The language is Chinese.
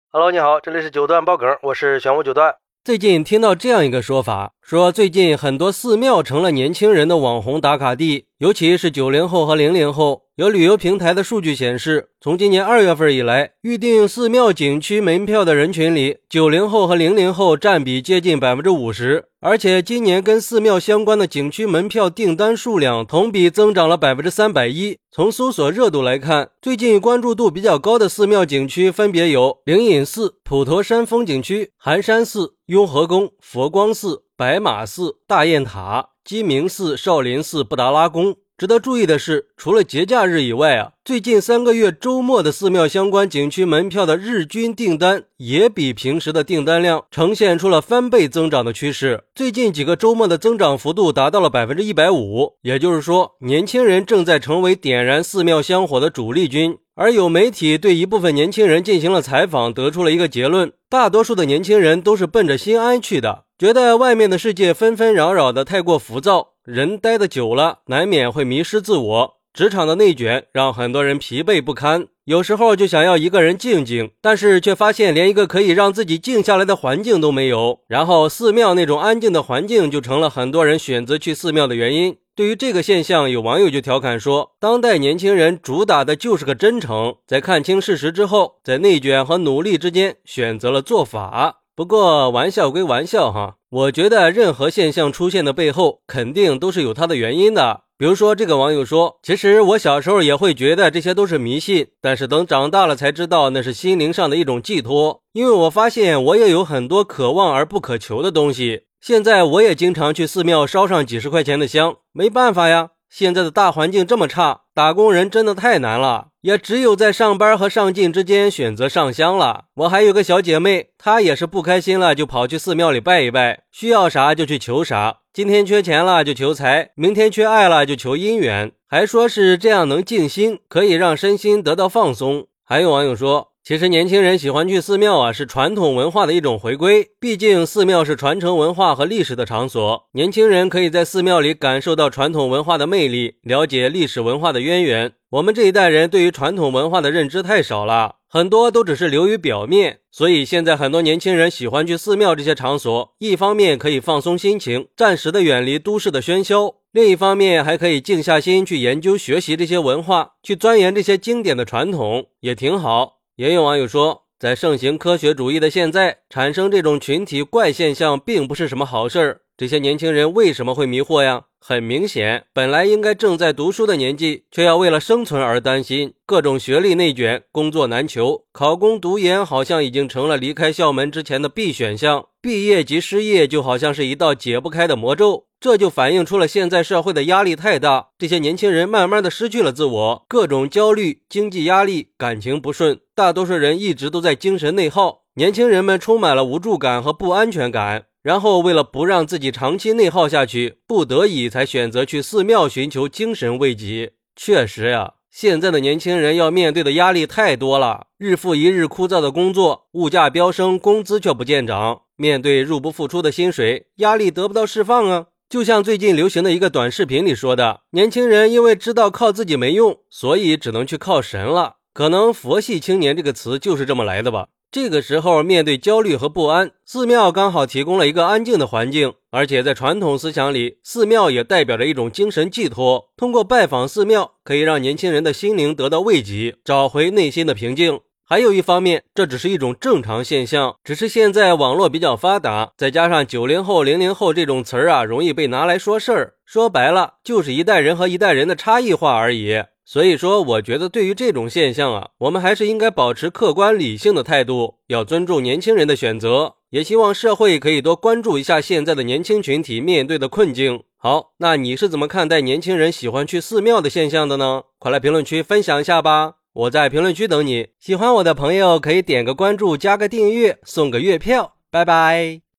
Hello，你好，这里是九段爆梗，我是玄武九段。 最近听到这样一个说法，说最近很多寺庙成了年轻人的网红打卡地，尤其是90后和00后。有旅游平台的数据显示，从今年2月份以来，预订寺庙景区门票的人群里，90后和00后占比接近50%，而且今年跟寺庙相关的景区门票订单数量同比增长了310%。从搜索热度来看，最近关注度比较高的寺庙景区分别有灵隐寺、普陀山风景区、寒山寺、雍和宫、佛光寺、白马寺、大雁塔、鸡鸣寺、少林寺、布达拉宫。值得注意的是，除了节假日以外最近3个月周末的寺庙相关景区门票的日均订单也比平时的订单量呈现出了翻倍增长的趋势。最近几个周末的增长幅度达到了150%，也就是说，年轻人正在成为点燃寺庙香火的主力军。而有媒体对一部分年轻人进行了采访，得出了一个结论：大多数的年轻人都是奔着心安去的，觉得外面的世界纷纷扰扰的太过浮躁，人待得久了难免会迷失自我，职场的内卷让很多人疲惫不堪，有时候就想要一个人静静，但是却发现连一个可以让自己静下来的环境都没有，然后寺庙那种安静的环境就成了很多人选择去寺庙的原因。对于这个现象，有网友就调侃说，当代年轻人主打的就是个真诚，在看清事实之后，在内卷和努力之间选择了做法。不过玩笑归玩笑哈，我觉得任何现象出现的背后肯定都是有它的原因的。比如说这个网友说，其实我小时候也会觉得这些都是迷信，但是等长大了才知道那是心灵上的一种寄托，因为我发现我也有很多可望而不可求的东西。现在我也经常去寺庙烧上几十块钱的香，没办法呀，现在的大环境这么差，打工人真的太难了，也只有在上班和上进之间选择上香了。我还有个小姐妹，她也是不开心了就跑去寺庙里拜一拜，需要啥就去求啥，今天缺钱了就求财，明天缺爱了就求姻缘，还说是这样能静心，可以让身心得到放松。还有网友说，其实年轻人喜欢去寺庙是传统文化的一种回归，毕竟寺庙是传承文化和历史的场所，年轻人可以在寺庙里感受到传统文化的魅力，了解历史文化的渊源。我们这一代人对于传统文化的认知太少了，很多都只是流于表面，所以现在很多年轻人喜欢去寺庙这些场所，一方面可以放松心情，暂时的远离都市的喧嚣，另一方面还可以静下心去研究学习这些文化，去钻研这些经典的传统，也挺好。也有网友说，在盛行科学主义的现在，产生这种群体怪现象并不是什么好事儿。这些年轻人为什么会迷惑呀？很明显，本来应该正在读书的年纪，却要为了生存而担心，各种学历内卷，工作难求，考公读研好像已经成了离开校门之前的必选项，毕业即失业就好像是一道解不开的魔咒。这就反映出了现在社会的压力太大，这些年轻人慢慢的失去了自我，各种焦虑、经济压力、感情不顺，大多数人一直都在精神内耗，年轻人们充满了无助感和不安全感，然后为了不让自己长期内耗下去，不得已才选择去寺庙寻求精神慰藉。确实呀，现在的年轻人要面对的压力太多了，日复一日枯燥的工作，物价飙升，工资却不见涨，面对入不敷出的薪水，压力得不到释放啊。就像最近流行的一个短视频里说的，年轻人因为知道靠自己没用，所以只能去靠神了。可能佛系青年这个词就是这么来的吧。这个时候面对焦虑和不安，寺庙刚好提供了一个安静的环境，而且在传统思想里，寺庙也代表着一种精神寄托，通过拜访寺庙可以让年轻人的心灵得到慰藉，找回内心的平静。还有一方面，这只是一种正常现象，只是现在网络比较发达，再加上90后、00后这种词儿容易被拿来说事儿，说白了就是一代人和一代人的差异化而已。所以说，我觉得对于这种现象我们还是应该保持客观理性的态度，要尊重年轻人的选择，也希望社会可以多关注一下现在的年轻群体面对的困境。好，那你是怎么看待年轻人喜欢去寺庙的现象的呢？快来评论区分享一下吧。我在评论区等你，喜欢我的朋友可以点个关注，加个订阅，送个月票，拜拜。